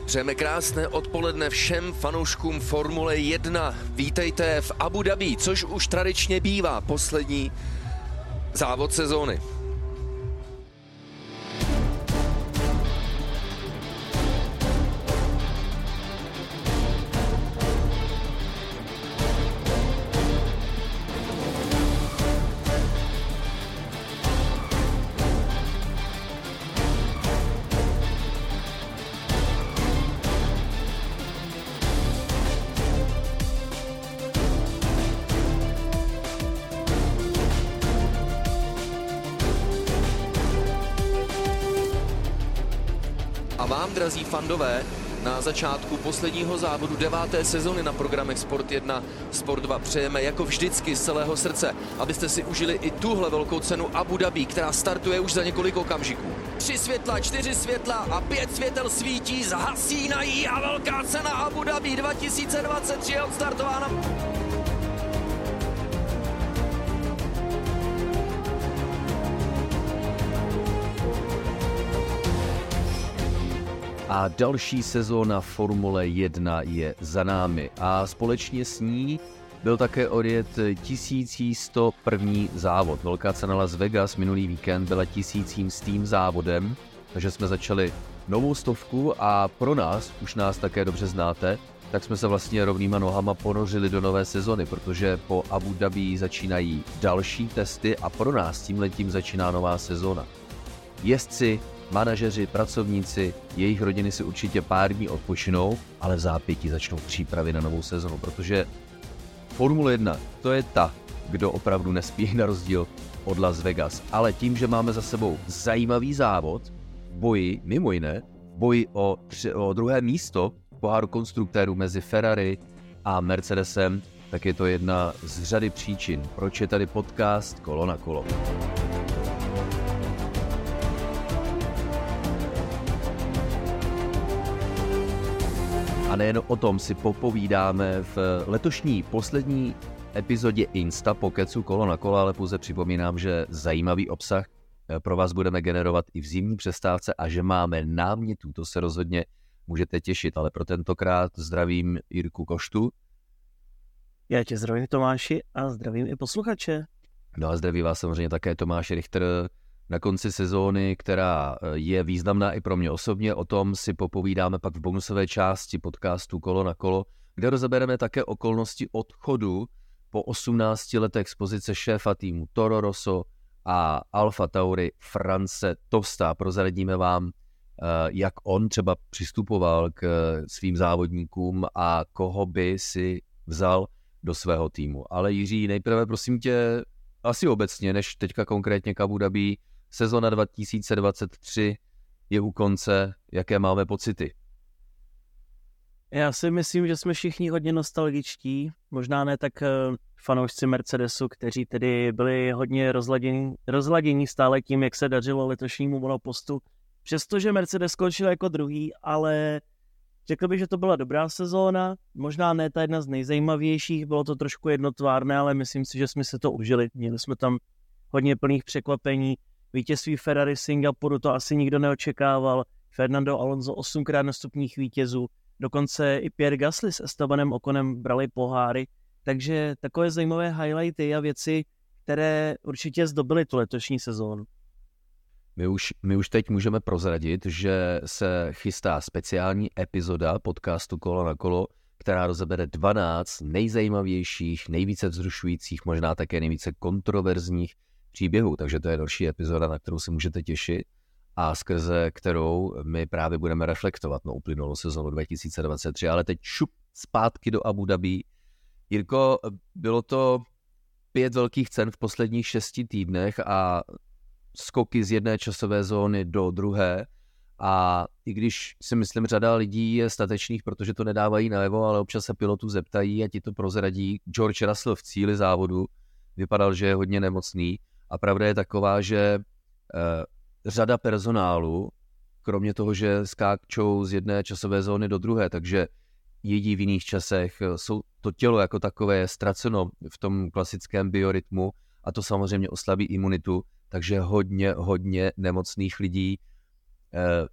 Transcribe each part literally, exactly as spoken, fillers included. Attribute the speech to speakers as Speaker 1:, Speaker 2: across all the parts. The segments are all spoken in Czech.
Speaker 1: Přejeme krásné odpoledne všem fanouškům Formule jedna. Vítejte v Abu Dhabi, což už tradičně bývá poslední závod sezóny. A vám, drazí fandové, na začátku posledního závodu deváté sezony na programech Sport jedna, Sport dva přejeme jako vždycky z celého srdce, abyste si užili i tuhle velkou cenu Abu Dhabi, která startuje už za několik okamžiků. Tři světla, čtyři světla a pět světel svítí, zhasínají a velká cena Abu Dhabi dva tisíce dvacet tři je odstartována.
Speaker 2: A další sezóna Formule jedna je za námi a společně s ní byl také odjet tisíc sto první závod. Velká cena Las Vegas minulý víkend byla tisícím stým závodem, takže jsme začali novou stovku a pro nás, už nás také dobře znáte, tak jsme se vlastně rovnýma nohama ponořili do nové sezony, protože po Abu Dhabi začínají další testy a pro nás tímhletím začíná nová sezóna. Jezdci, manažeři, pracovníci, jejich rodiny si určitě pár dní odpočinou, ale v zápětí začnou přípravy na novou sezonu, protože Formule jedna to je ta, kdo opravdu nespí na rozdíl od Las Vegas. Ale tím, že máme za sebou zajímavý závod, boji, mimo jiné, boji o, tři, o druhé místo poháru konstruktérů mezi Ferrari a Mercedesem, tak je to jedna z řady příčin, proč je tady podcast Kolo na kolo. A nejen o tom si popovídáme v letošní poslední epizodě Insta Pokecu Kolo na kolo, ale pouze připomínám, že zajímavý obsah pro vás budeme generovat i v zimní přestávce a že máme námětů, to se rozhodně můžete těšit, ale pro tentokrát zdravím Jirku Koštu.
Speaker 3: Já tě zdravím, Tomáši, a zdravím i posluchače.
Speaker 2: No a zdraví vás samozřejmě také Tomáš Richter na konci sezóny, která je významná i pro mě osobně. O tom si popovídáme pak v bonusové části podcastu Kolo na kolo, kde rozebereme také okolnosti odchodu po osmnácti letech z pozice šéfa týmu Toro Rosso a Alfa Tauri France Tosta. Prozradíme vám, jak on třeba přistupoval k svým závodníkům a koho by si vzal do svého týmu. Ale Jiří, nejprve prosím tě, asi obecně, než teďka konkrétně k Abu Dhabi, sezona dva tisíce dvacet tři je u konce, jaké máme pocity?
Speaker 3: Já si myslím, že jsme všichni hodně nostalgičtí, možná ne tak fanoušci Mercedesu, kteří tedy byli hodně rozladění, rozladění stále tím, jak se dařilo letošnímu monopostu. Přestože Mercedes skončil jako druhý, ale řekl bych, že to byla dobrá sezóna, možná ne ta jedna z nejzajímavějších, bylo to trošku jednotvárné, ale myslím si, že jsme se to užili. Měli jsme tam hodně plných překvapení, vítězství Ferrari Singapuru to asi nikdo neočekával, Fernando Alonso osmkrát nastupních vítězů, dokonce i Pierre Gasly s Estebanem Oconem brali poháry, takže takové zajímavé highlighty a věci, které určitě zdobily tu letošní sezónu.
Speaker 2: My už, my už teď můžeme prozradit, že se chystá speciální epizoda podcastu Kolo na kolo, která rozebere dvanáct nejzajímavějších, nejvíce vzrušujících, možná také nejvíce kontroverzních příběhů. Takže to je další epizoda, na kterou se můžete těšit a skrze kterou my právě budeme reflektovat na uplynulou sezonu dva tisíce dvacet tři. Ale teď šup zpátky do Abu Dhabi. Jirko, bylo to pět velkých cen v posledních šesti týdnech a skoky z jedné časové zóny do druhé a i když si myslím, řada lidí je statečných, protože to nedávají najevo, ale občas se pilotů zeptají a ti to prozradí. George Russell v cíli závodu vypadal, že je hodně nemocný a pravda je taková, že eh, řada personálu, kromě toho, že skáčou z jedné časové zóny do druhé, takže jedí v jiných časech, jsou, to tělo jako takové je ztraceno v tom klasickém biorytmu a to samozřejmě oslabí imunitu, takže hodně, hodně nemocných lidí.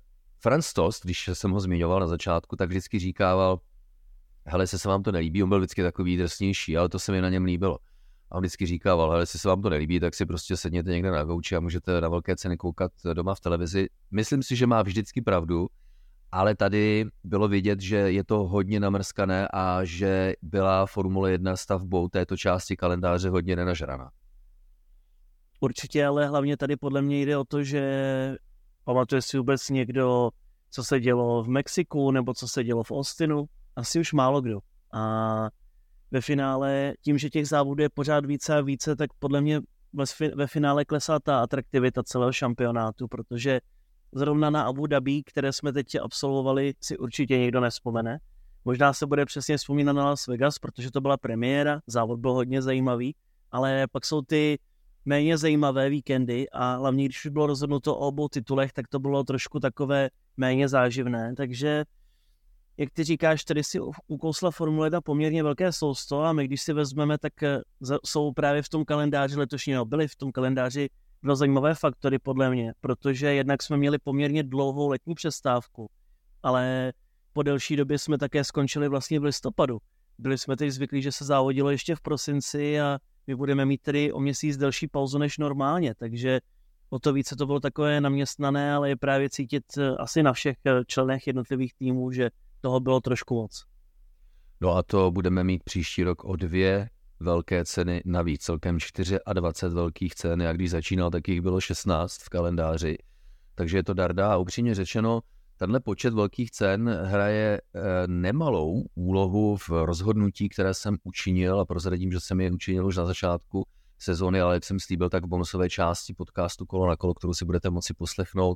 Speaker 2: Franz Tost, když jsem ho zmiňoval na začátku, tak vždycky říkával, hele, se se vám to nelíbí, on byl vždycky takový drsnější, ale to se mi na něm líbilo. A on vždycky říkával, hele, jestli se vám to nelíbí, tak si prostě sedněte někde na gauči a můžete na velké ceny koukat doma v televizi. Myslím si, že má vždycky pravdu, ale tady bylo vidět, že je to hodně namrskané a že byla Formule jedna stavbou této části kalendáře hodně nenažraná.
Speaker 3: Určitě, ale hlavně tady podle mě jde o to, že pamatuje si vůbec někdo, co se dělo v Mexiku nebo co se dělo v Austinu? Asi už málo kdo. A ve finále, tím, že těch závodů je pořád více a více, tak podle mě ve finále klesá ta atraktivita celého šampionátu, protože zrovna na Abu Dhabi, které jsme teď absolvovali, si určitě nikdo nevzpomene. Možná se bude přesně vzpomínat na Las Vegas, protože to byla premiéra, závod byl hodně zajímavý, ale pak jsou ty méně zajímavé víkendy a hlavně, když už bylo rozhodnuto o obou titulech, tak to bylo trošku takové méně záživné, takže jak ty říkáš, tady si ukousla Formule jedna poměrně velké sousto a my, když si vezmeme, tak jsou právě v tom kalendáři letošního, byly v tom kalendáři dva zajímavé faktory podle mě, protože jednak jsme měli poměrně dlouhou letní přestávku, ale po delší době jsme také skončili vlastně v listopadu. Byli jsme teď zvyklí, že se závodilo ještě v prosinci a my budeme mít tedy o měsíc delší pauzu než normálně, takže o to více to bylo takové naměstnané, ale je právě cítit asi na všech členech jednotlivých týmů, že toho bylo trošku moc.
Speaker 2: No a to budeme mít příští rok o dvě velké ceny navíc, celkem dvacet čtyři velkých cen, a když začínal, tak jich bylo šestnáct v kalendáři, takže je to darda a upřímně řečeno, tenhle počet velkých cen hraje e, nemalou úlohu v rozhodnutí, které jsem učinil a prozradím, že jsem je učinil už na začátku sezóny, ale jak jsem slíbil, tak v bonusové části podcastu Kolo na kolo, kterou si budete moci poslechnout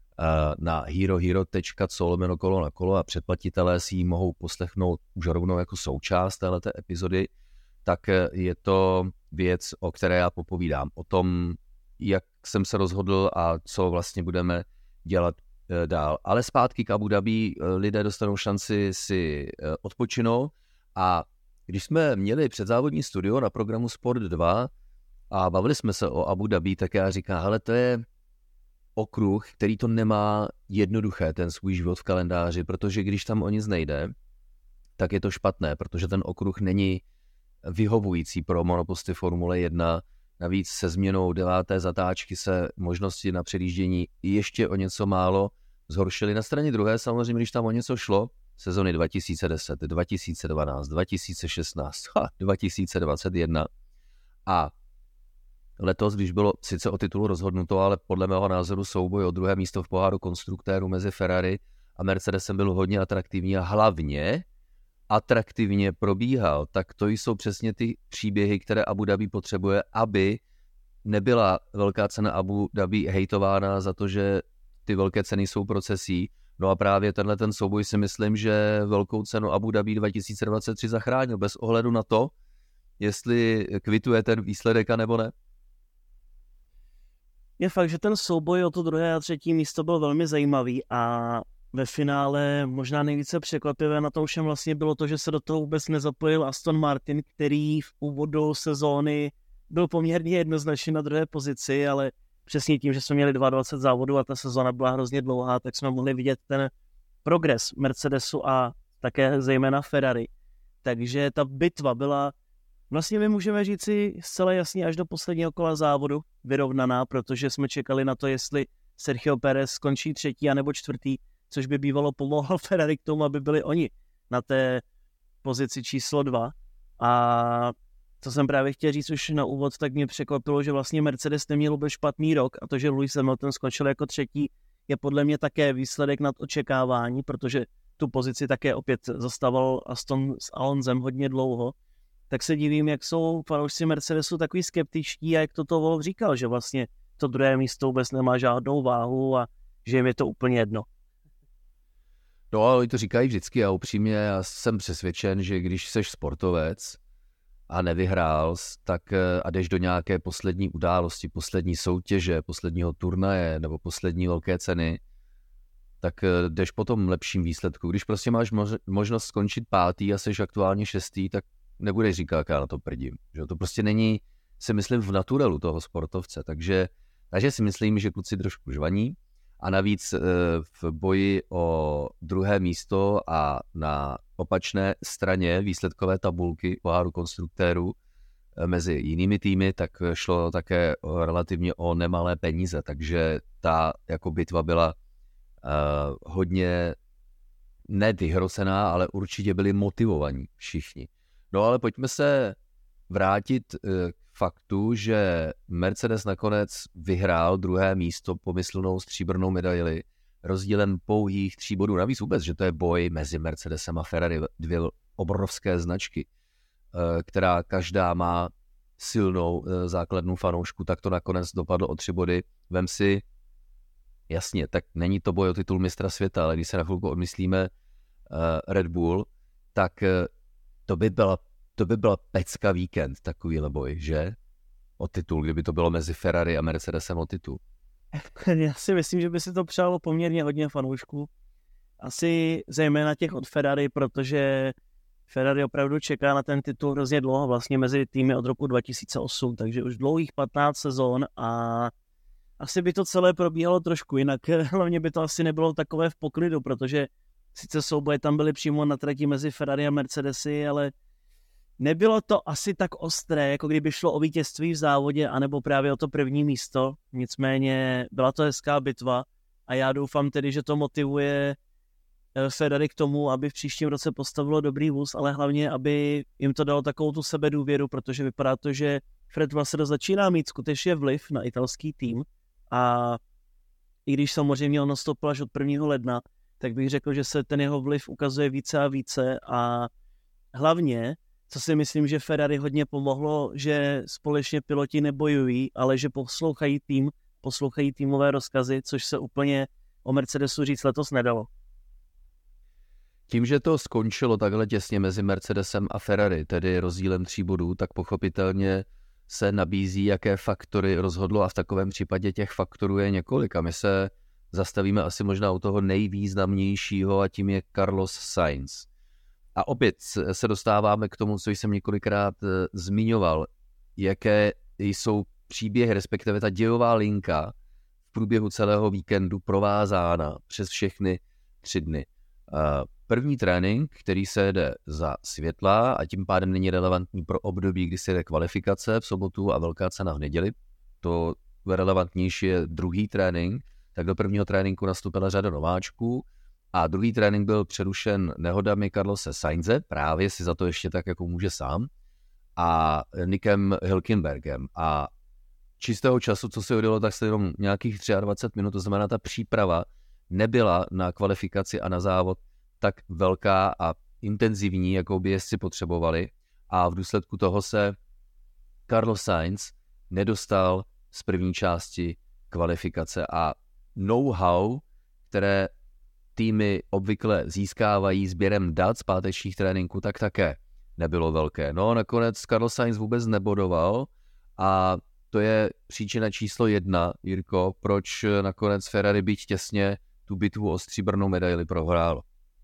Speaker 2: e, na herohero tečka co lomeno kolo na kolo a předplatitelé si ji mohou poslechnout už rovnou jako součást téhleté epizody, tak je to věc, o které já popovídám. O tom, jak jsem se rozhodl a co vlastně budeme dělat dál. Ale zpátky k Abu Dhabi, lidé dostanou šanci si odpočinout a když jsme měli předzávodní studio na programu Sport dva a bavili jsme se o Abu Dhabi, tak já říkám, hele, to je okruh, který to nemá jednoduché, ten svůj život v kalendáři, protože když tam o nic nejde, tak je to špatné, protože ten okruh není vyhovující pro monoposty Formule jedna. Navíc se změnou deváté zatáčky se možnosti na předjíždění ještě o něco málo zhoršily. Na straně druhé samozřejmě, když tam o něco šlo, sezony dva tisíce deset, dva tisíce dvanáct, dva tisíce šestnáct, ha, dva tisíce dvacet jedna a letos, když bylo sice o titulu rozhodnuto, ale podle mého názoru souboj o druhé místo v poháru konstruktérů mezi Ferrari a Mercedesem byl hodně atraktivní a hlavně atraktivně probíhal, tak to jsou přesně ty příběhy, které Abu Dhabi potřebuje, aby nebyla velká cena Abu Dhabi hejtována za to, že ty velké ceny jsou procesí. No a právě tenhle ten souboj si myslím, že velkou cenu Abu Dhabi dva tisíce dvacet tři zachránil, bez ohledu na to, jestli kvituje ten výsledek a nebo ne.
Speaker 3: Je fakt, že ten souboj o to druhé a třetí místo byl velmi zajímavý a ve finále možná nejvíce překvapivé na tom všem vlastně bylo to, že se do toho vůbec nezapojil Aston Martin, který v úvodu sezóny byl poměrně jednoznačně na druhé pozici, ale přesně tím, že jsme měli dvacet dva závodů a ta sezóna byla hrozně dlouhá, tak jsme mohli vidět ten progres Mercedesu a také zejména Ferrari. Takže ta bitva byla, vlastně my můžeme říct si zcela jasně až do posledního kola závodu vyrovnaná, protože jsme čekali na to, jestli Sergio Pérez skončí třetí anebo čtvrtý, což by bývalo pomohlo Ferrari k tomu, aby byli oni na té pozici číslo dva. A co jsem právě chtěl říct už na úvod, tak mě překvapilo, že vlastně Mercedes neměl vůbec špatný rok a to, že Lewis Hamilton skončil jako třetí, je podle mě také výsledek nad očekávání, protože tu pozici také opět zastával Aston s Alonsem hodně dlouho. Tak se divím, jak jsou fanoušci Mercedesu takový skeptičtí a jak to Wolff říkal, že vlastně to druhé místo vůbec nemá žádnou váhu a že jim je to úplně jedno.
Speaker 2: No, ale to říkají vždycky a upřímně já jsem přesvědčen, že když seš sportovec a nevyhrál, tak a jdeš do nějaké poslední události, poslední soutěže, posledního turnaje nebo poslední velké ceny, tak jdeš po tom lepším výsledku. Když prostě máš možnost skončit pátý a seš aktuálně šestý, tak nebudeš říkat, jak já na to prdím. Že to prostě není, si myslím, v naturelu toho sportovce. Takže, takže si myslím, že kluci trošku žvaní. A navíc v boji o druhé místo a na opačné straně výsledkové tabulky poháru konstruktérů mezi jinými týmy, tak šlo také relativně o nemalé peníze, takže ta jako bitva byla uh, hodně nevyhrocená, ale určitě byli motivovaní všichni. No ale pojďme se vrátit uh, k faktu, že Mercedes nakonec vyhrál druhé místo, pomyslnou stříbrnou medaili, rozdílem pouhých tří bodů. Navíc vůbec, že to je boj mezi Mercedesem a Ferrari, dvě obrovské značky, která každá má silnou základnu fanoušku, tak to nakonec dopadlo o tři body. Vem si, jasně, tak není to boj o titul mistra světa, ale když se na chvilku odmyslíme Red Bull, tak to by byla, to by byla pecka víkend, takovýhle boj, že? O titul, kdyby to bylo mezi Ferrari a Mercedesem o titul.
Speaker 3: Já si myslím, že by si to přálo poměrně hodně fanoušků. Asi zejména těch od Ferrari, protože Ferrari opravdu čeká na ten titul hrozně dlouho, vlastně mezi týmy od roku dva tisíce osm, takže už dlouhých patnáct sezon a asi by to celé probíhalo trošku jinak. Hlavně by to asi nebylo takové v poklidu, protože sice souboje tam byly přímo na trati mezi Ferrari a Mercedesy, ale nebylo to asi tak ostré, jako kdyby šlo o vítězství v závodě, anebo právě o to první místo. Nicméně byla to hezká bitva a já doufám tedy, že to motivuje Ferrari k tomu, aby v příštím roce postavilo dobrý vůz, ale hlavně, aby jim to dalo takovou tu sebedůvěru, protože vypadá to, že Fred Vasseur začíná mít skutečně vliv na italský tým a i když samozřejmě on nastoupil až od prvního ledna, tak bych řekl, že se ten jeho vliv ukazuje více a více a hlavně, co si myslím, že Ferrari hodně pomohlo, že společně piloti nebojují, ale že poslouchají tým, poslouchají týmové rozkazy, což se úplně o Mercedesu říct letos nedalo.
Speaker 2: Tím, že to skončilo takhle těsně mezi Mercedesem a Ferrari, tedy rozdílem tří bodů, tak pochopitelně se nabízí, jaké faktory rozhodlo a v takovém případě těch faktorů je několik a my se zastavíme asi možná u toho nejvýznamnějšího a tím je Carlos Sainz. A opět se dostáváme k tomu, co jsem několikrát zmiňoval, jaké jsou příběhy, respektive ta dějová linka v průběhu celého víkendu provázána přes všechny tři dny. První trénink, který se jede za světla a tím pádem není relevantní pro období, kdy se jede kvalifikace v sobotu a velká cena v neděli. To relevantnější je druhý trénink, tak do prvního tréninku nastoupila řada nováčků a druhý trénink byl přerušen nehodami Carlose Sainze, právě si za to ještě tak jako může sám, a Nickem Hülkenbergem. A čistého času, co se odjelo, tak se jenom nějakých dvacet tři minut, to znamená, ta příprava nebyla na kvalifikaci a na závod tak velká a intenzivní, jakou by jezdci potřebovali a v důsledku toho se Carlos Sainz nedostal z první části kvalifikace a know-how, které týmy obvykle získávají sběrem dat z pátečních tréninků, tak také nebylo velké. No nakonec Carlos Sainz vůbec nebodoval a to je příčina číslo jedna, Jirko, proč nakonec Ferrari byť těsně tu bitvu o stříbrnou medaili prohrálo.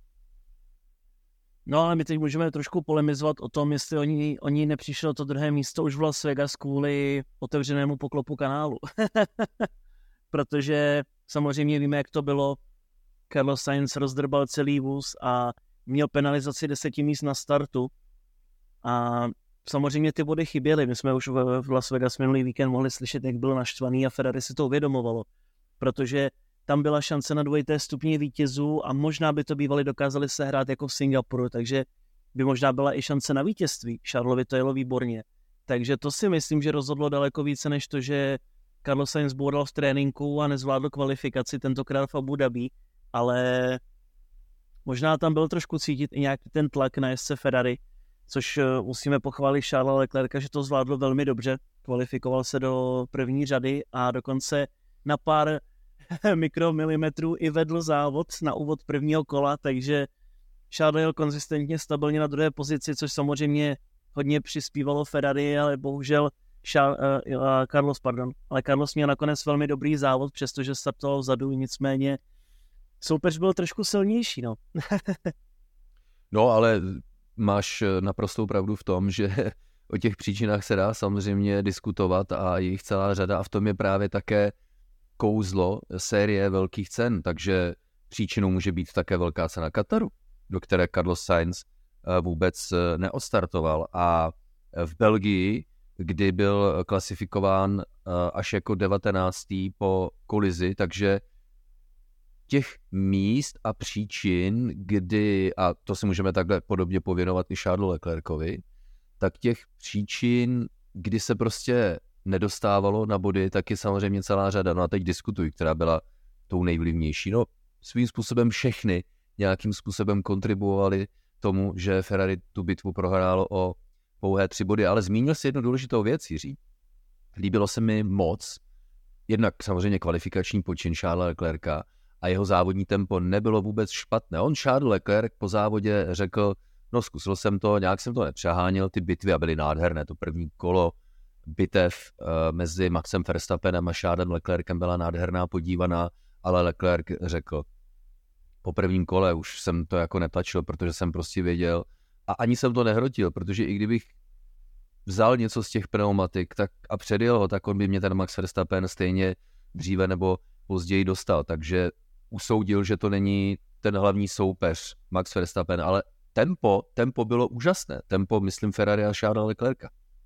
Speaker 3: No ale my teď můžeme trošku polemizovat o tom, jestli oni, oni nepřišli o to druhé místo už v Las Vegas kvůli otevřenému poklopu kanálu. Protože samozřejmě víme, jak to bylo. Carlos Sainz rozdrbal celý vůz a měl penalizaci deseti míst na startu. A samozřejmě ty body chyběly. My jsme už v Las Vegas minulý víkend mohli slyšet, jak byl naštvaný a Ferrari si to uvědomovalo. Protože tam byla šance na dvojité stupně vítězů a možná by to bývali dokázali sehrát jako v Singapuru, takže by možná byla i šance na vítězství. Charlesovi to jelo výborně. Takže to si myslím, že rozhodlo daleko více než to, že Carlos Sainz boudal v tréninku a nezvládl kvalifikaci, tentokrát v Abu Dhabi, ale možná tam byl trošku cítit i nějaký ten tlak na jezdce Ferrari, což musíme pochválit Charlesa Leclerca, že to zvládl velmi dobře. Kvalifikoval se do první řady a dokonce na pár mikromilimetrů i vedl závod na úvod prvního kola, takže Charles jel konzistentně stabilně na druhé pozici, což samozřejmě hodně přispívalo Ferrari, ale bohužel Charles, uh, Carlos, pardon, ale Carlos měl nakonec velmi dobrý závod, přestože startoval vzadu, nicméně soupeř byl trošku silnější, no.
Speaker 2: No, ale máš naprostou pravdu v tom, že o těch příčinách se dá samozřejmě diskutovat a jejich celá řada a v tom je právě také kouzlo série velkých cen, takže příčinou může být také velká cena Kataru, do které Carlos Sainz vůbec neodstartoval. A v Belgii, kdy byl klasifikován až jako devatenáctý po kolizi, takže těch míst a příčin, kdy, a to si můžeme takhle podobně pověnovat i Charlesu Leclercovi, tak těch příčin, kdy se prostě nedostávalo na body, tak je samozřejmě celá řada. No a teď diskutuj, která byla tou nejvlivnější. No svým způsobem všechny nějakým způsobem kontribuovali tomu, že Ferrari tu bitvu prohrálo o pouhé tři body, ale zmínil si jednu důležitou věc, Jiří. Líbilo se mi moc, jednak samozřejmě kvalifikační počin Charlesa Leclerca a jeho závodní tempo nebylo vůbec špatné. On Charles Leclerc po závodě řekl, no zkusil jsem to, nějak jsem to nepřeháněl, ty bitvy a byly nádherné. To první kolo bitev uh, mezi Maxem Verstappenem a Charlesem Leclercem byla nádherná, podívaná, ale Leclerc řekl, po prvním kole už jsem to jako netlačil, protože jsem prostě věděl a ani jsem to nehrotil, protože i kdybych vzal něco z těch pneumatik tak a předjel ho, tak on by mě ten Max Verstappen stejně dříve nebo později dostal, takže usoudil, že to není ten hlavní soupeř Max Verstappen, ale tempo, tempo bylo úžasné. Tempo, myslím, Ferrari a Charlesa Leclerca.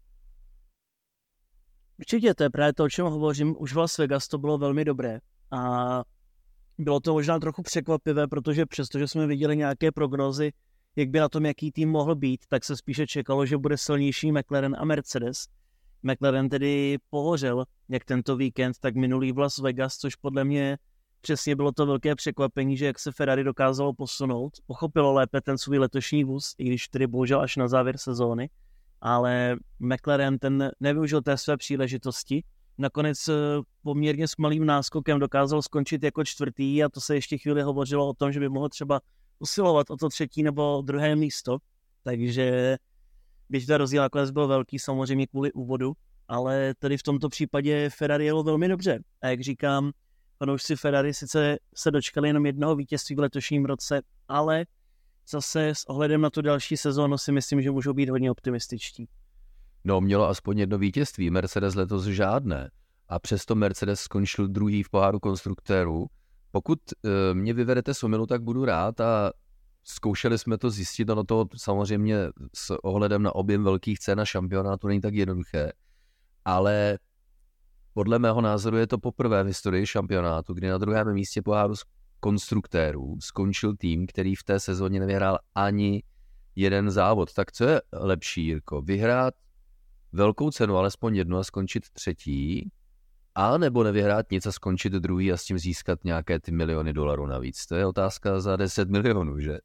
Speaker 3: Určitě, to je právě to, o čem hovořím. Už v Las Vegas to bylo velmi dobré a bylo to možná trochu překvapivé, protože přestože jsme viděli nějaké prognózy, jak by na tom, jaký tým mohl být, tak se spíše čekalo, že bude silnější McLaren a Mercedes. McLaren tedy pohořel, jak tento víkend, tak minulý v Las Vegas, což podle mě přesně bylo to velké překvapení, že jak se Ferrari dokázalo posunout, pochopilo lépe ten svůj letošní vůz, i když tedy bohužel až na závěr sezóny, ale McLaren ten nevyužil té své příležitosti. Nakonec poměrně s malým náskokem dokázal skončit jako čtvrtý a to se ještě chvíli hovořilo o tom, že by mohl třeba usilovat o to třetí nebo druhé místo, takže byť ten rozdíl nakonec byl velký samozřejmě kvůli úvodu, ale tady v tomto případě Ferrari jelo velmi dobře. A jak říkám, fanoušci Ferrari sice se dočkali jenom jednoho vítězství v letošním roce, ale zase s ohledem na tu další sezónu si myslím, že můžou být hodně optimističtí.
Speaker 2: No, mělo aspoň jedno vítězství, Mercedes letos žádné. A přesto Mercedes skončil druhý v poháru konstruktérů. Pokud e, mě vyvedete z omylu, tak budu rád a zkoušeli jsme to zjistit, ono to samozřejmě s ohledem na objem velkých cen a šampionátu není tak jednoduché, ale podle mého názoru je to poprvé v historii šampionátu, kdy na druhém místě poháru konstruktérů skončil tým, který v té sezóně nevyhrál ani jeden závod. Tak co je lepší, Jirko? Vyhrát velkou cenu, alespoň jednu a skončit třetí, a nebo nevyhrát nic a skončit druhý a s tím získat nějaké ty miliony dolarů navíc? To je otázka za deset milionů, že?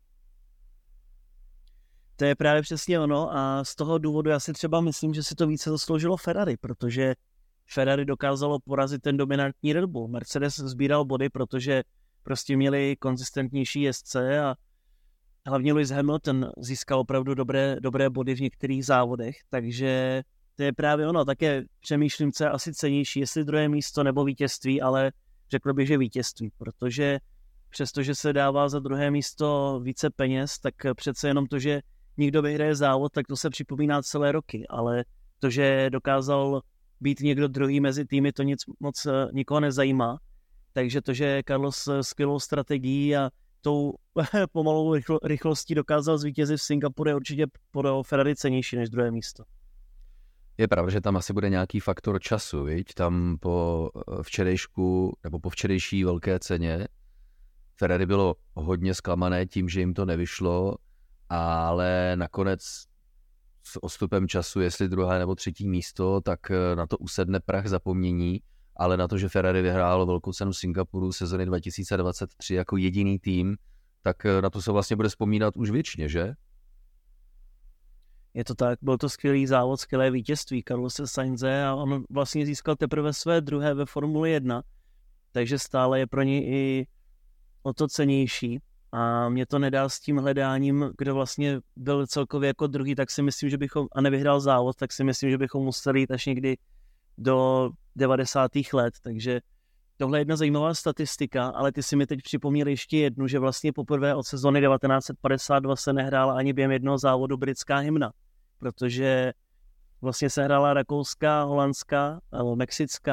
Speaker 3: To je právě přesně ono a z toho důvodu já si třeba myslím, že si to více zasloužilo Ferrari, protože Ferrari dokázalo porazit ten dominantní Red Bull. Mercedes sbíral body, protože prostě měli konzistentnější jezdce a hlavně Lewis Hamilton získal opravdu dobré, dobré body v některých závodech, takže to je právě ono. Také přemýšlím, co je asi cenější, jestli druhé místo nebo vítězství, ale řekl bych, že vítězství, protože přestože se dává za druhé místo více peněz, tak přece jenom to, že někdo vyhraje závod, tak to se připomíná celé roky, ale to, že dokázal být někdo druhý mezi týmy, to nic moc nikoho nezajímá. Takže to, že Carlos skvělou strategií a tou pomalou rychlo, rychlostí dokázal zvítězit v Singapuru, je určitě pro Ferrari cenější než druhé místo.
Speaker 2: Je pravda, že tam asi bude nějaký faktor času, viď? Tam po včerejšku, nebo po včerejší velké ceně Ferrari bylo hodně zklamané tím, že jim to nevyšlo, ale nakonec s odstupem času, jestli druhé nebo třetí místo, tak na to usedne prach zapomnění, ale na to, že Ferrari vyhrálo velkou cenu Singapuru sezony dva tisíce dvacet tři jako jediný tým, tak na to se vlastně bude vzpomínat už věčně, že?
Speaker 3: Je to tak, byl to skvělý závod, skvělé vítězství Carlose Sainze a on vlastně získal teprve své druhé ve Formuli jedna, takže stále je pro něj i o to cenější. A mě to nedá s tím hledáním, kdo vlastně byl celkově jako druhý, tak si myslím, že bychom, a nevyhrál závod, tak si myslím, že bychom museli jít až někdy do devadesátých let, takže tohle je jedna zajímavá statistika, ale ty si mi teď připomněl ještě jednu, že vlastně poprvé od sezony devatenáct set padesát dva se nehrála ani během jednoho závodu britská hymna, protože vlastně se hrála rakouská, holandská, nebo mexická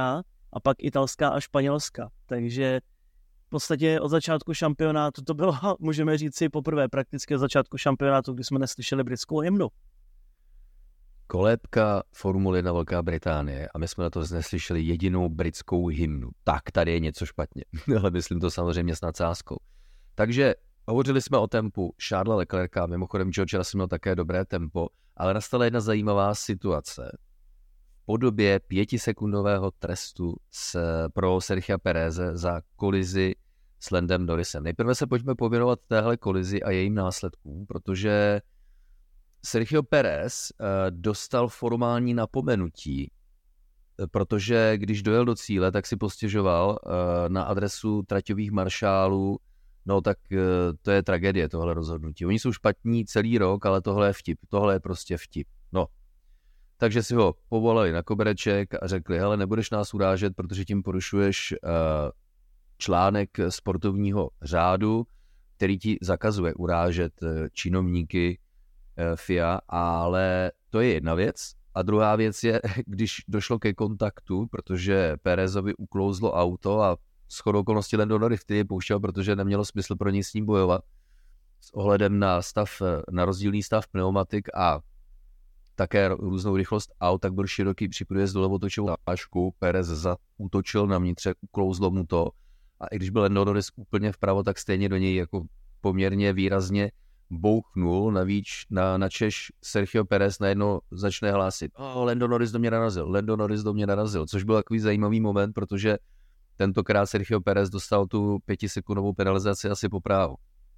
Speaker 3: a pak italská a španělská. Takže v podstatě od začátku šampionátu to bylo, můžeme říct si poprvé prakticky od začátku šampionátu, kdy jsme neslyšeli britskou hymnu.
Speaker 2: Kolébka Formule jedna Velká Británie a my jsme na to neslyšeli jedinou britskou hymnu. Tak tady je něco špatně, ale myslím to samozřejmě s nadsázkou. Takže hovořili jsme o tempu Charlesa Leclerca, mimochodem George Russell měl také dobré tempo, ale nastala jedna zajímavá situace. V podobě pětisekundového trestu s, pro Sergia Pereze za kolizi s Landem Norrisem. Nejprve se pojďme pověnovat téhle kolizi a jejím následkům, protože Sergio Pérez uh, dostal formální napomenutí, protože když dojel do cíle, tak si postěžoval uh, na adresu traťových maršálů. No tak uh, to je tragédie, tohle rozhodnutí. Oni jsou špatní celý rok, ale tohle je vtip. Tohle je prostě vtip. No. Takže si ho povolali na kobereček a řekli, hele, nebudeš nás urážet, protože tím porušuješ uh, článek sportovního řádu, který ti zakazuje urážet uh, činovníky F I A, ale to je jedna věc. A druhá věc je, když došlo ke kontaktu, protože Pérezovi uklouzlo auto a shodou okolností Lando Norris, který je pouštěl, protože nemělo smysl pro něj s ním bojovat s ohledem na stav, na rozdílný stav pneumatik a také různou rychlost aut, tak byl široký při průjezdu levotočovou pášku, Pérez zaútočil na vnitřek, uklouzlo mu to a i když byl Lando Norris úplně vpravo, tak stejně do něj jako poměrně výrazně bouchnul, navíc na, na Češ Sergio Pérez najednou začne hlásit, oh, Lando Norris do mě narazil, Lando Norris do mě narazil, což byl takový zajímavý moment, protože tentokrát Sergio Pérez dostal tu pětisekundovou penalizaci asi po právu.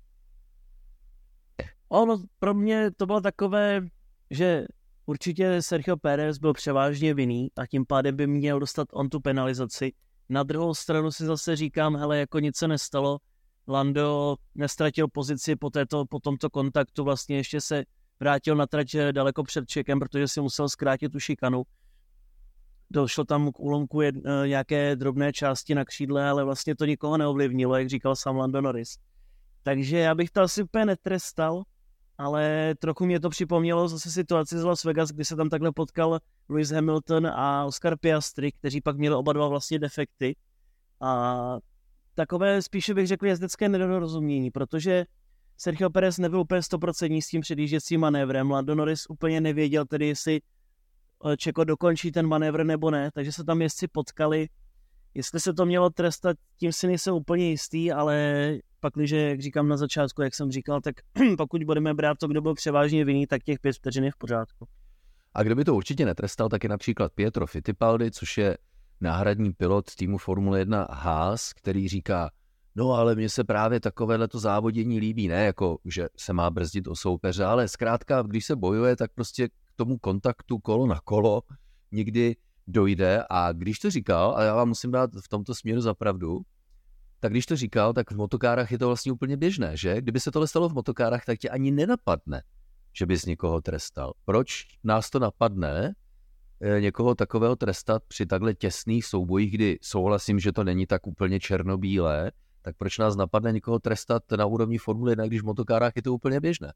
Speaker 3: Ono, pro mě to bylo takové, že určitě Sergio Pérez byl převážně vinný a tím pádem by měl dostat on tu penalizaci. Na druhou stranu si zase říkám, hele, jako nic se nestalo, Lando nestratil pozici po, této, po tomto kontaktu, vlastně ještě se vrátil na trať daleko před čekem, protože si musel zkrátit tu šikanu. Došlo tam k úlomku jed, nějaké drobné části na křídle, ale vlastně to nikoho neovlivnilo, jak říkal sám Lando Norris. Takže já bych to asi úplně netrestal, ale trochu mě to připomnělo zase situaci z Las Vegas, kdy se tam takhle potkal Lewis Hamilton a Oscar Piastri, kteří pak měli oba dva vlastně defekty. A takové spíše bych řekl jezdecké nedorozumění, protože Sergio Pérez nebyl úplně stoprocentní s tím předjížděcím manévrem. Lando Norris úplně nevěděl tedy, jestli Čeko dokončí ten manévr nebo ne, takže se tam jezdci potkali. Jestli se to mělo trestat, tím si nejsem úplně jistý, ale pakliže, jak říkám na začátku, jak jsem říkal, tak pokud budeme brát to, kdo byl převážně vinný, tak těch pět vteřin je v pořádku.
Speaker 2: A kdo by to určitě netrestal, tak je například Pietro Fittipaldi, což je náhradní pilot týmu Formule jedna Haas, který říká, no ale mně se právě takovéhleto závodění líbí, ne jako, že se má brzdit o soupeře, ale zkrátka, když se bojuje, tak prostě k tomu kontaktu kolo na kolo někdy dojde a když to říkal, a já vám musím dát v tomto směru za pravdu, tak když to říkal, tak v motokárách je to vlastně úplně běžné, že? Kdyby se tohle stalo v motokárách, tak tě ani nenapadne, že bys někoho trestal. Proč nás to napadne, někoho takového trestat při takhle těsných soubojích, kdy souhlasím, že to není tak úplně černobílé, tak proč nás napadne někoho trestat na úrovni Formule jedna, když v motokárách je to úplně běžné?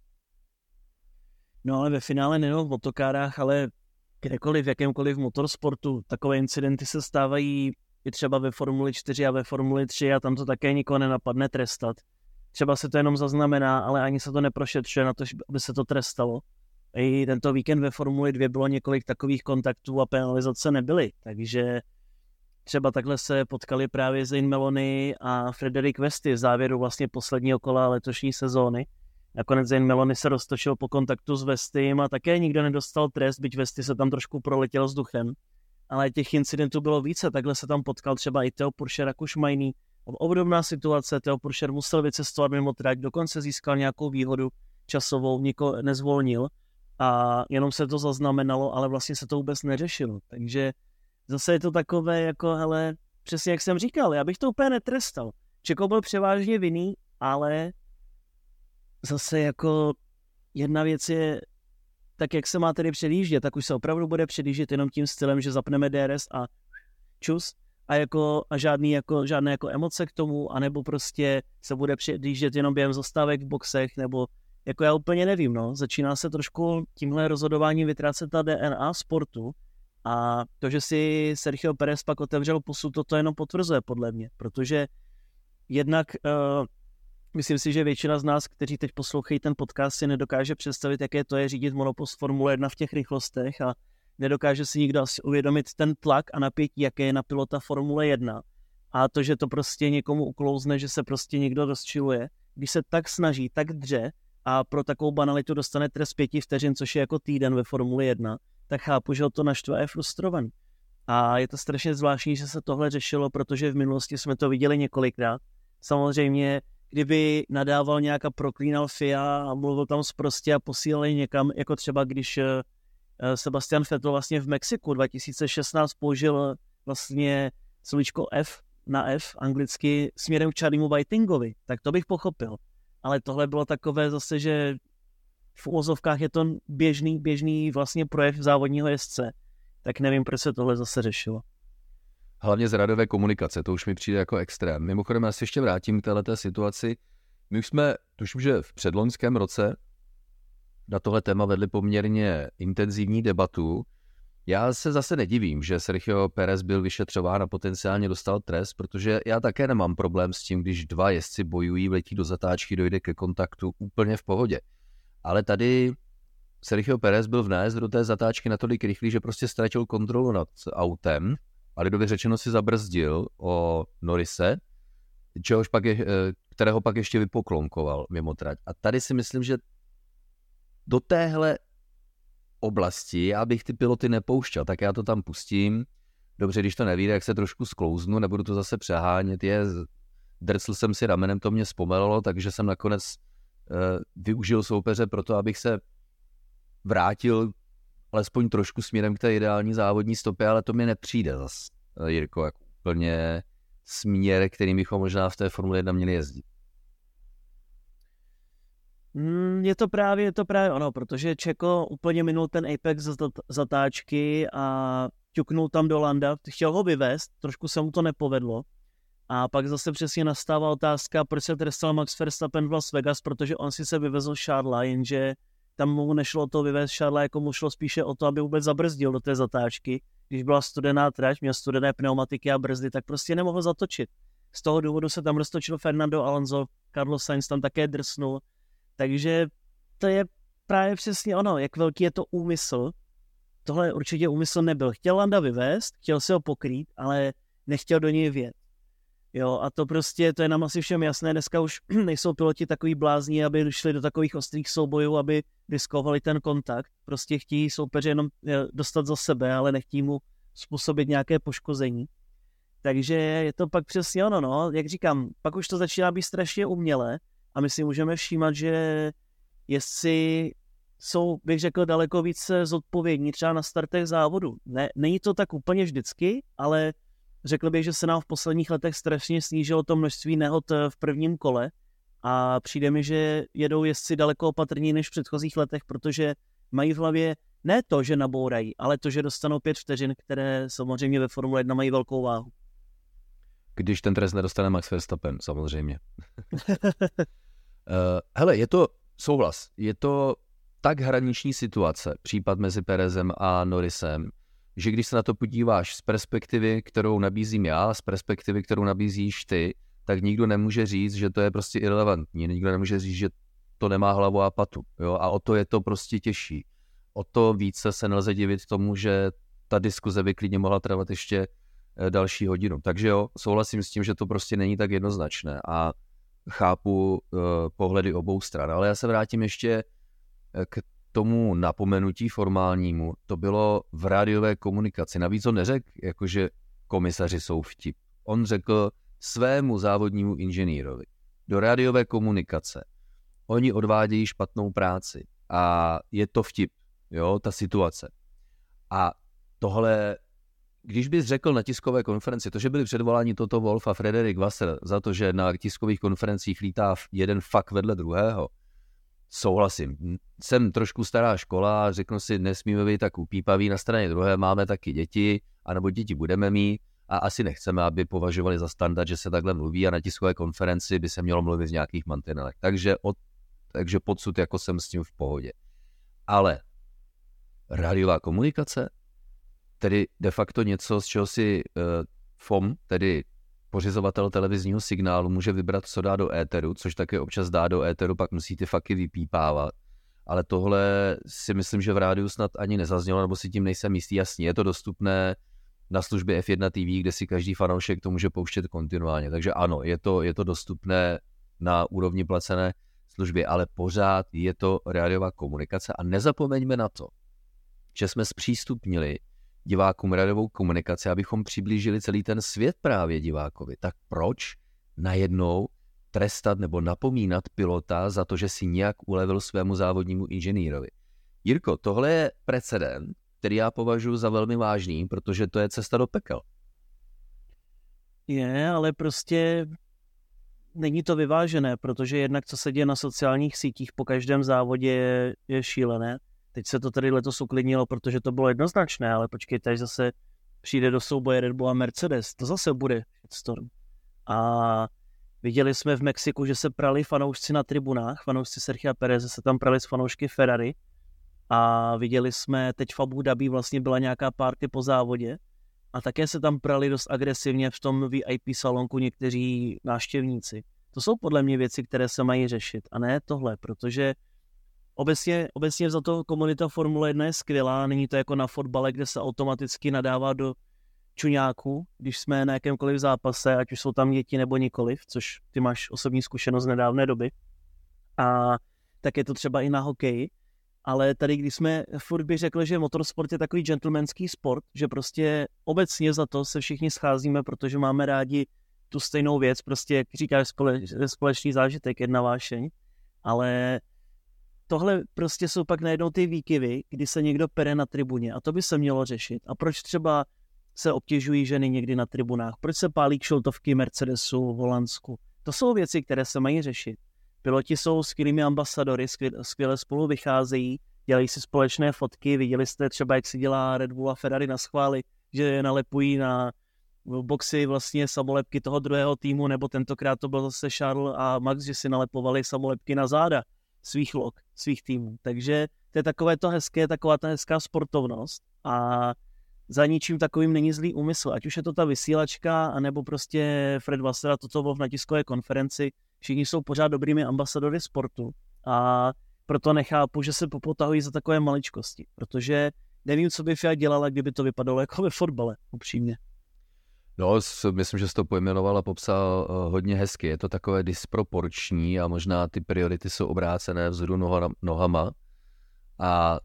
Speaker 3: No ale ve finále nejenom v motokárách, ale kdekoliv, v jakémkoliv motorsportu, takové incidenty se stávají i třeba ve Formuli čtyři a ve Formuli tři a tam to také nikoho nenapadne trestat. Třeba se to jenom zaznamená, ale ani se to neprošetřuje na to, aby se to trestalo. I tento víkend ve Formuli dva bylo několik takových kontaktů a penalizace nebyly, takže třeba takhle se potkali právě Zane Meloni a Frederick Westy v závěru vlastně posledního kola letošní sezóny. Nakonec Zane Meloni se roztočil po kontaktu s Westym a také nikdo nedostal trest, byť Westy se tam trošku proletěl vzduchem. Ale těch incidentů bylo více, takhle se tam potkal třeba i Theo Pourchaire a Kušmajný. Obdobná situace, Theo Pourchaire musel vycestovat mimo trať, dokonce získal nějakou výhodu časovou, nikoho nezvolnil a jenom se to zaznamenalo, ale vlastně se to vůbec neřešilo. Takže zase je to takové jako, hele, přesně jak jsem říkal, já bych to úplně netrestal. Čeko byl převážně vinný, ale zase jako jedna věc je, tak jak se má tedy předjíždět, tak už se opravdu bude předjíždět jenom tím stylem, že zapneme D R S a čus a, jako, a žádný jako, žádné jako emoce k tomu, anebo prostě se bude předjíždět jenom během zastávek v boxech, nebo jako já úplně nevím, no. Začíná se trošku tímhle rozhodováním vytrácet ta D N A sportu A to, že si Sergio Pérez pak otevřel pusu, to to jenom potvrzuje podle mě, protože jednak uh, myslím si, že většina z nás, kteří teď poslouchají ten podcast, si nedokáže představit, jaké to je řídit monopost Formule jedna v těch rychlostech a nedokáže si nikdo asi uvědomit ten tlak a napětí, jaké je na pilota Formule jedna. A to, že to prostě někomu uklouzne, že se prostě někdo rozčiluje, když se tak snaží, tak dře a pro takovou banalitu dostane trest pěti vteřin, což je jako týden ve Formule jedna, tak chápu, že ho to naštve a je frustrovaný. A je to strašně zvláštní, že se tohle řešilo, protože v minulosti jsme to viděli několikrát. Samozřejmě, kdyby nadával nějaká proklínal F I A a mluvil tam sprostě a posílali někam, jako třeba když Sebastian Vettel vlastně v Mexiku dva tisíce šestnáct použil vlastně slovíčko F na F anglicky směrem k Charliemu Whitingovi, tak to bych pochopil. Ale tohle bylo takové zase, že v uvozovkách je to běžný, běžný vlastně projev závodního jezdce, tak nevím, proč se tohle zase řešilo.
Speaker 2: Hlavně z rádiové komunikace, to už mi přijde jako extrém. Mimochodem, já se ještě vrátím k této situaci. My už jsme, tuším, že v předloňském roce na tohle téma vedli poměrně intenzivní debatu. Já se zase nedivím, že Sergio Pérez byl vyšetřován a potenciálně dostal trest, protože já také nemám problém s tím, když dva jezdci bojují, vletí do zatáčky, dojde ke kontaktu, úplně v pohodě. Ale tady Sergio Pérez byl v nájezdu do té zatáčky natolik rychlý, že prostě ztratil kontrolu nad autem a lidově řečeno si zabrzdil o Norrise, čehož pak je, kterého pak ještě vypoklonkoval mimo trať. A tady si myslím, že do téhle oblasti já bych ty piloty nepouštěl, tak já to tam pustím. Dobře, když to nevíde, jak se trošku sklouznu, nebudu to zase přehánět. Je, drcl jsem si ramenem, to mě zpomelilo, takže jsem nakonec uh, využil soupeře pro to, abych se vrátil alespoň trošku směrem k té ideální závodní stopě, ale to mi nepřijde zase, Jirko, jako úplně směr, kterým bychom možná v té Formule jedna měli jezdit.
Speaker 3: Mm, je to právě, je to právě ono, protože Čeko úplně minul ten apex zatáčky a ťuknul tam do Landa, chtěl ho vyvést, trošku se mu to nepovedlo a pak zase přesně nastává otázka, proč se trestal Max Verstappen v Las Vegas, protože on si se vyvezl Charlesa, jenže tam mu nešlo o to vyvést Charlesa, jako mu šlo spíše o to, aby vůbec zabrzdil do té zatáčky. Když byla studená trať, měl studené pneumatiky a brzdy, tak prostě nemohl zatočit. Z toho důvodu se tam roztočil Fernando Alonso, Carlos Sainz tam také drsnul. Takže to je právě přesně ono, jak velký je to úmysl. Tohle určitě úmysl nebyl. Chtěl Landa vyvést, chtěl si ho pokrýt, ale nechtěl do něj vjet. Jo, a to prostě, to je nám asi všem jasné, dneska už nejsou piloti takový blázní, aby šli do takových ostrých soubojů, aby riskovali ten kontakt. Prostě chtějí soupeře jenom dostat za sebe, ale nechtějí mu způsobit nějaké poškození. Takže je to pak přesně ono, no. Jak říkám, pak už to začíná být strašně umělé a my si můžeme všímat, že jestli jsou, bych řekl, daleko více zodpovědní třeba na startech závodu. Ne, není to tak úplně vždycky, ale řekl bych, že se nám v posledních letech strašně snížilo to množství nehod v prvním kole a přijde mi, že jedou jezdci daleko opatrněji než v předchozích letech, protože mají v hlavě ne to, že nabourají, ale to, že dostanou pět vteřin, které samozřejmě ve Formule jedna mají velkou váhu.
Speaker 2: Když ten trest nedostane Max Verstappen, samozřejmě. uh, hele, je to souhlas, je to tak hraniční situace, případ mezi Pérezem a Norrisem, že když se na to podíváš z perspektivy, kterou nabízím já, z perspektivy, kterou nabízíš ty, tak nikdo nemůže říct, že to je prostě irelevantní. Nikdo nemůže říct, že to nemá hlavu a patu. Jo? A o to je to prostě těžší. O to více se nelze divit tomu, že ta diskuze by klidně mohla trvat ještě další hodinu. Takže jo, souhlasím s tím, že to prostě není tak jednoznačné a chápu uh, pohledy obou stran. Ale já se vrátím ještě k tomu napomenutí formálnímu. To bylo v rádiové komunikaci. Navíc on neřekl, jakože komisaři jsou vtip. On řekl svému závodnímu inženýrovi do rádiové komunikace. Oni odvádějí špatnou práci a je to vtip, jo, ta situace. A tohle, když bys řekl na tiskové konferenci, to, že byli předvoláni Toto Wolff a Frederik Vasseur za to, že na tiskových konferencích lítá jeden fakt vedle druhého, souhlasím. Jsem trošku stará škola a řeknu si, nesmíme být tak upípaví. Na straně druhé máme taky děti, anebo děti budeme mít a asi nechceme, aby považovali za standard, že se takhle mluví a na tiskové konferenci by se mělo mluvit v nějakých mantinelech. Takže, od, takže podsud jako jsem s tím v pohodě. Ale rádiová komunikace, tedy de facto něco, z čeho si uh, F O M, tedy pořizovatel televizního signálu, může vybrat, co dá do éteru, což také občas dá do éteru, pak musí ty faky vypípávat. Ale tohle si myslím, že v rádiu snad ani nezaznělo, nebo si tím nejsem jistý. Jasně, je to dostupné na službě F jedna T V, kde si každý fanoušek to může pouštět kontinuálně. Takže ano, je to, je to dostupné na úrovni placené služby, ale pořád je to rádiová komunikace. A nezapomeňme na to, že jsme zpřístupnili divákům rádiovou komunikaci, abychom přiblížili celý ten svět právě divákovi. Tak proč najednou trestat nebo napomínat pilota za to, že si nějak ulevil svému závodnímu inženýrovi? Jirko, tohle je precedent, který já považuji za velmi vážný, protože to je cesta do pekel.
Speaker 3: Je, ale prostě není to vyvážené, protože jednak co se děje na sociálních sítích po každém závodě je, je šílené. Teď se to tady letos uklidnilo, protože to bylo jednoznačné, ale počkejte, až zase přijde do souboje Red Bull a Mercedes, to zase bude shitstorm. A viděli jsme v Mexiku, že se prali fanoušci na tribunách, fanoušci Sergia Pereze se tam prali s fanoušky Ferrari a viděli jsme teď v Abu Dhabi vlastně byla nějaká party po závodě a také se tam prali dost agresivně v tom V I P salonku někteří návštěvníci. To jsou podle mě věci, které se mají řešit a ne tohle, protože Obecně, obecně za to komunita Formule jedna je skvělá, není to jako na fotbale, kde se automaticky nadává do čuňáku, když jsme na jakémkoliv zápase, ať už jsou tam děti nebo nikoliv, což ty máš osobní zkušenost z nedávné doby. A tak je to třeba i na hokeji, ale tady, když jsme furt bych řekl, že motorsport je takový gentlemanský sport, že prostě obecně za to se všichni scházíme, protože máme rádi tu stejnou věc, prostě jak říkáš spole- společný zážitek, jedna vášeň, ale tohle prostě jsou pak najednou ty výkyvy, kdy se někdo pere na tribuně a to by se mělo řešit. A proč třeba se obtěžují ženy někdy na tribunách? Proč se pálí kšoltovky Mercedesu v Holandsku? To jsou věci, které se mají řešit. Piloti jsou skvělými ambasadory, skvěle spolu vycházejí, dělají si společné fotky. Viděli jste třeba, jak si dělá Red Bull a Ferrari na schvály, že je nalepují na boxy vlastně samolepky toho druhého týmu, nebo tentokrát to byl zase Charles a Max, že si nalepovali samolepky na záda svých log, svých týmů. Takže to je takové to hezké, taková ta hezká sportovnost a za ničím takovým není zlý úmysl. Ať už je to ta vysílačka, anebo prostě Fred Vasseur a toto bylo na tiskové konferenci. Všichni jsou pořád dobrými ambasadory sportu a proto nechápu, že se popotahují za takové maličkosti, protože nevím, co by F I A dělala, kdyby to vypadalo jako ve fotbale, upřímně.
Speaker 2: No, myslím, že jsi to pojmenoval a popsal hodně hezky. Je to takové disproporční a možná ty priority jsou obrácené vzhůru nohama a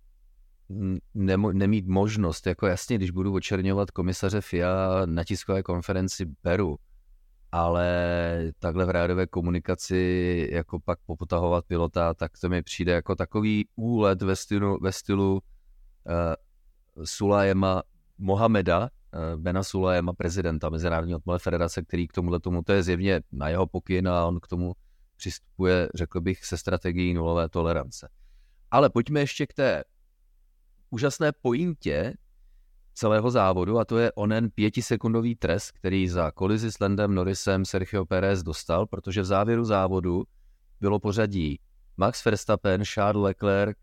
Speaker 2: nemo, nemít možnost, jako jasně, když budu očerňovat komisaře F I A na tiskové konferenci beru, ale takhle v rádiové komunikaci jako pak popotahovat pilota, tak to mi přijde jako takový úlet ve stylu, ve stylu uh, Sulajema Mohameda, Bena Sulajema, prezidenta Mezinárodní odmové federace, který k tomuhle tomu, to je zjevně na jeho pokyn a on k tomu přistupuje, řekl bych, se strategií nulové tolerance. Ale pojďme ještě k té úžasné pointě celého závodu a to je onen pětisekundový trest, který za kolizi s Landem Norrisem Sergio Pérez dostal, protože v závěru závodu bylo pořadí Max Verstappen, Charles Leclerc,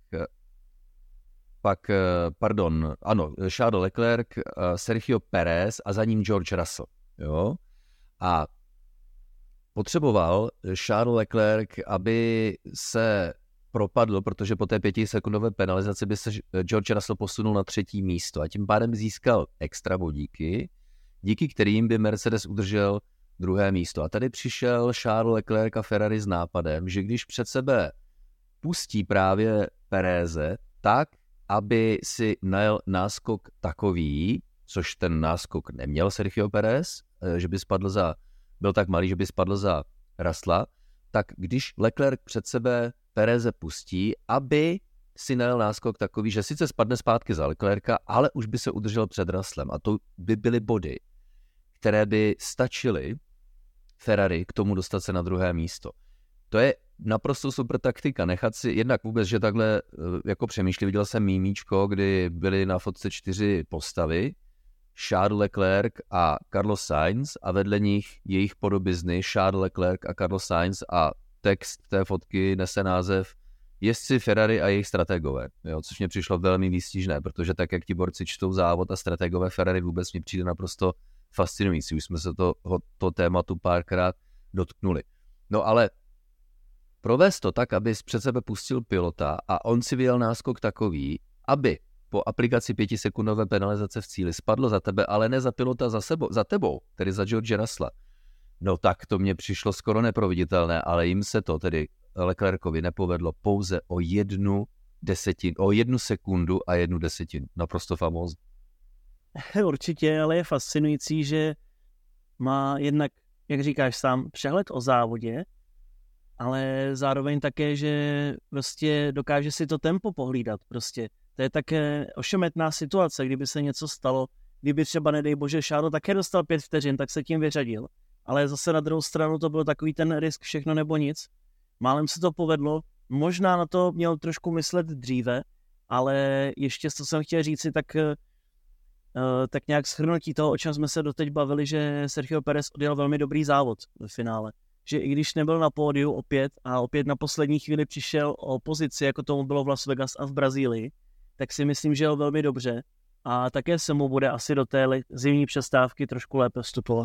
Speaker 2: pak, pardon, ano, Charles Leclerc, Sergio Pérez a za ním George Russell, jo. A potřeboval Charles Leclerc, aby se propadl, protože po té pětisekundové penalizaci by se George Russell posunul na třetí místo a tím pádem získal extra bodíky, díky kterým by Mercedes udržel druhé místo. A tady přišel Charles Leclerc a Ferrari s nápadem, že když před sebe pustí právě Pereze, tak aby si najel náskok takový, což ten náskok neměl Sergio Pérez, že by spadl za, byl tak malý, že by spadl za Russella, tak když Leclerc před sebe Péreze pustí, aby si najel náskok takový, že sice spadne zpátky za Leclerca, ale už by se udržel před Russellem. A to by byly body, které by stačily Ferrari k tomu dostat se na druhé místo. To je naprosto super taktika, nechat si jednak vůbec, že takhle jako přemýšlí, viděl jsem mímíčko, kdy byly na fotce čtyři postavy, Charles Leclerc a Carlos Sainz a vedle nich jejich podobizny Charles Leclerc a Carlos Sainz a text té fotky nese název jezdci Ferrari a jejich strategové, jo, což mě přišlo velmi výstižné, protože tak, jak ti borci čtou závod a strategové Ferrari, vůbec mi přijde naprosto fascinující. Už jsme se to, to tématu párkrát dotknuli. No ale provést to tak, aby před sebe pustil pilota a on si vyjel náskok takový, aby po aplikaci pětisekundové penalizace v cíli spadlo za tebe, ale ne za pilota za, sebou, za tebou, tedy za George Russella. No tak to mně přišlo skoro neproveditelné, ale jim se to tedy Leclercovi nepovedlo pouze o jednu desetinu, o jednu sekundu a jednu desetinu. Naprosto famózní.
Speaker 3: Určitě, ale je fascinující, že má jednak, jak říkáš sám, přehled o závodě, ale zároveň také, že prostě dokáže si to tempo pohlídat. Prostě to je také ošemetná situace, kdyby se něco stalo, kdyby třeba, nedej bože, Charles také dostal pět vteřin, tak se tím vyřadil. Ale zase na druhou stranu to byl takový ten risk všechno nebo nic. Málem se to povedlo, možná na to měl trošku myslet dříve, ale ještě co jsem chtěl říci, tak, tak nějak shrnutí toho, o čem jsme se doteď bavili, že Sergio Pérez odjel velmi dobrý závod ve finále. Že i když nebyl na pódiu opět a opět na poslední chvíli přišel o pozici, jako tomu bylo v Las Vegas a v Brazílii, tak si myslím, že jel velmi dobře a také se mu bude asi do té zimní přestávky trošku lépe vstupovat.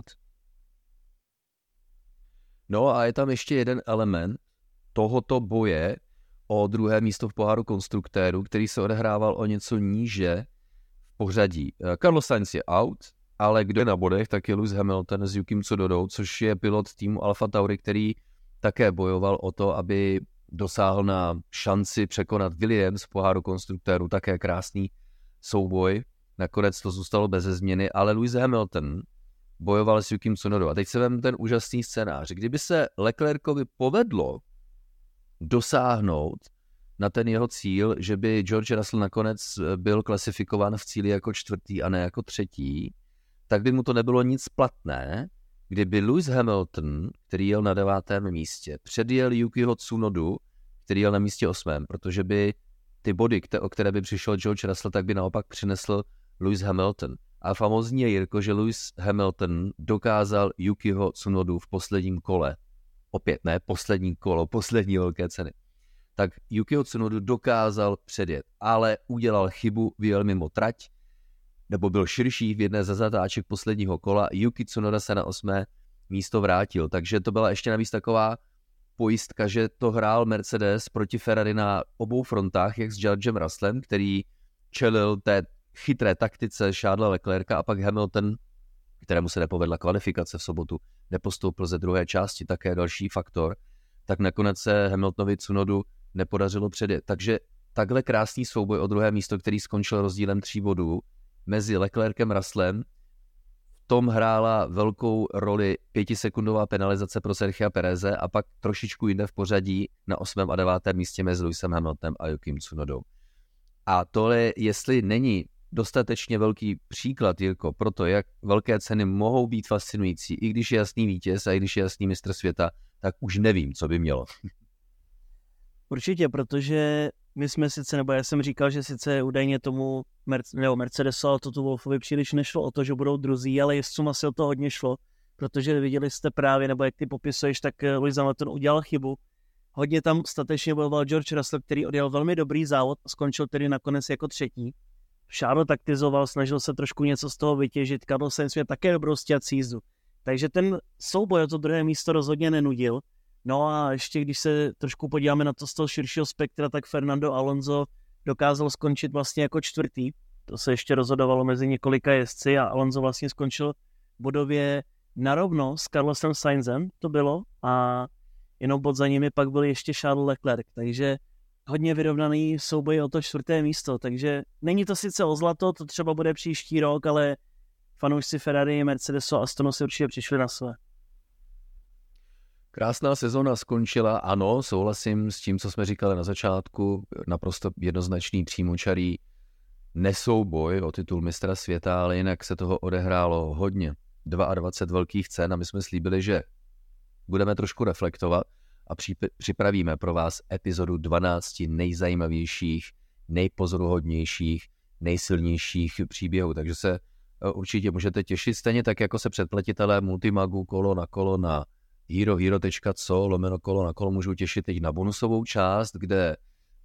Speaker 2: No a je tam ještě jeden element tohoto boje o druhé místo v poháru konstruktérů, který se odehrával o něco níže v pořadí. Carlos Sainz je out, ale kdo je na bodech, tak je Lewis Hamilton s Yukim Tsunodou, což je pilot týmu AlphaTauri, který také bojoval o to, aby dosáhl na šanci překonat Williams v poháru konstruktérů, také krásný souboj. Nakonec to zůstalo beze změny, ale Lewis Hamilton bojoval s Yukim Tsunodou. A teď se vem ten úžasný scénář. Kdyby se Leclercovi povedlo dosáhnout na ten jeho cíl, že by George Russell nakonec byl klasifikován v cíli jako čtvrtý a ne jako třetí, tak by mu to nebylo nic platné, kdyby Lewis Hamilton, který jel na devátém místě, předjel Yukiho Tsunodu, který jel na místě osmém, protože by ty body, o které by přišel George Russell, tak by naopak přinesl Lewis Hamilton. A famózní je, Jirko, že Lewis Hamilton dokázal Yukiho Tsunodu v posledním kole. Opět ne, poslední kolo, poslední velké ceny. Tak Yukiho Tsunodu dokázal předjet, ale udělal chybu, vyjel mimo trať, nebo byl širší v jedné ze zatáček posledního kola. Yuki Tsunoda se na osmé místo vrátil, takže to byla ještě navíc taková pojistka, že to hrál Mercedes proti Ferrari na obou frontách, jak s Georgem Russellem, který čelil té chytré taktice Charlesa Leclerca, a pak Hamilton, kterému se nepovedla kvalifikace v sobotu, nepostoupil ze druhé části, také další faktor, tak nakonec se Hamiltonovi Tsunodu nepodařilo předjet. Takže takhle krásný souboj o druhé místo, který skončil rozdílem tří bodů mezi Leclercem a Russellem, v tom hrála velkou roli pětisekundová penalizace pro Sergia Péreze a pak trošičku jinde v pořadí na osmém a devátém místě mezi Lewisem Hamiltonem a Yukim Tsunodou. A tohle, jestli není dostatečně velký příklad, Jirko, pro to, jak velké ceny mohou být fascinující, i když je jasný vítěz a i když je jasný mistr světa, tak už nevím, co by mělo.
Speaker 3: Určitě, protože my jsme sice, nebo já jsem říkal, že sice údajně tomu Merc- nebo Mercedesu, ale Toto Wolffovi příliš nešlo o to, že budou druzí, ale jezdcům asi o to hodně šlo, protože viděli jste právě, nebo jak ty popisuješ, tak Lewis Hamilton udělal chybu. Hodně tam statečně bojoval George Russell, který odjel velmi dobrý závod a skončil tedy nakonec jako třetí. Charles taktizoval, snažil se trošku něco z toho vytěžit, Carlos Sainz měl také dobrou stíhací jízdu. Takže ten souboj o to druhé místo rozhodně nenudil. No a ještě když se trošku podíváme na to z toho širšího spektra, tak Fernando Alonso dokázal skončit vlastně jako čtvrtý. To se ještě rozhodovalo mezi několika jezdci a Alonso vlastně skončil bodově narovno s Carlosem Sainzem, to bylo, a jenom bod za nimi pak byl ještě Charles Leclerc, takže hodně vyrovnaný souboj o to čtvrté místo, takže není to sice o zlato, to třeba bude příští rok, ale fanoušci Ferrari, Mercedesu a Astonu si určitě přišli na své.
Speaker 2: Krásná sezona skončila, ano, souhlasím s tím, co jsme říkali na začátku, naprosto jednoznačný přímočarý nesouboj o titul mistra světa, ale jinak se toho odehrálo hodně, dvacet dva velkých cen a my jsme slíbili, že budeme trošku reflektovat a připravíme pro vás epizodu dvanáct nejzajímavějších, nejpozoruhodnějších, nejsilnějších příběhů, takže se určitě můžete těšit, stejně tak, jako se předplatitelé Multimagu kolo na kolo na herohero tečka co lomeno kolo na kolo můžou těšit teď na bonusovou část, kde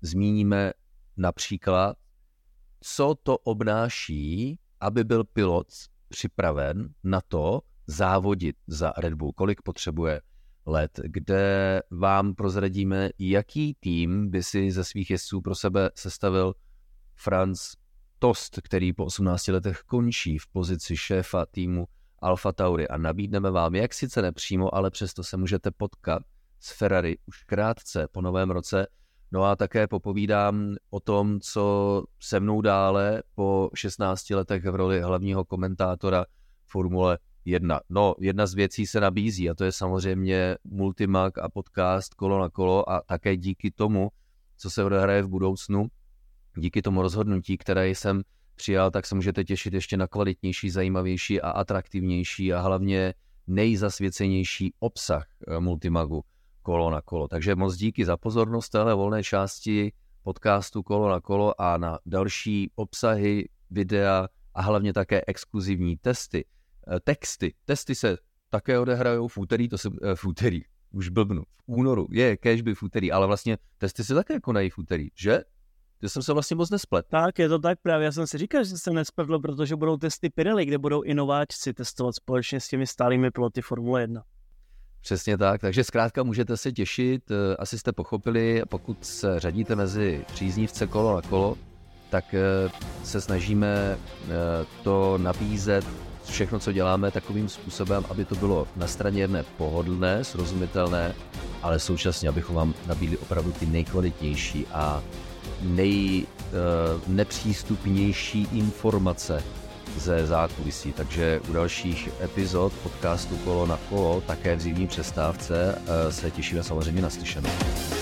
Speaker 2: zmíníme například, co to obnáší, aby byl pilot připraven na to závodit za Red Bull, kolik potřebuje let, kde vám prozradíme, jaký tým by si ze svých jezdců pro sebe sestavil Franz Tost, který po osmnácti letech končí v pozici šéfa týmu Alfa Tauri, a nabídneme vám, jak sice nepřímo, ale přesto se můžete potkat s Ferrari už krátce po novém roce. No a také popovídám o tom, co se mnou dále po šestnácti letech v roli hlavního komentátora Formule jedna. No, jedna z věcí se nabízí a to je samozřejmě Multimag a podcast Kolo na kolo, a také díky tomu, co se odehraje v budoucnu, díky tomu rozhodnutí, které jsem přijal, tak se můžete těšit ještě na kvalitnější, zajímavější a atraktivnější a hlavně nejzasvěcenější obsah Multimagu Kolo na kolo. Takže moc díky za pozornost téhle volné části podcastu Kolo na kolo a na další obsahy, videa a hlavně také exkluzivní testy. Texty. Testy se také odehrajou v úterý, to se v úterý, už blbnu, v únoru, je, kéž by v úterý, ale vlastně testy se také konají v úterý, že? To jsem se vlastně moc nesplet.
Speaker 3: Tak, je to tak právě, já jsem si říkal, že jsem nespletl, protože budou testy Pirelli, kde budou i nováčci testovat společně s těmi stálými piloty Formule jedna.
Speaker 2: Přesně tak, takže zkrátka můžete se těšit, asi jste pochopili, pokud se řadíte mezi příznivce Kolo na kolo, tak se snažíme to nabízet všechno, co děláme, takovým způsobem, aby to bylo na straně jedné pohodlné, srozumitelné, ale současně, abychom vám nabídli opravdu ty nejkvalitnější a nejnepřístupnější informace ze zákulisí. Takže u dalších epizod podcastu Kolo na kolo, také v zimní přestávce, se těšíme samozřejmě na slyšenou.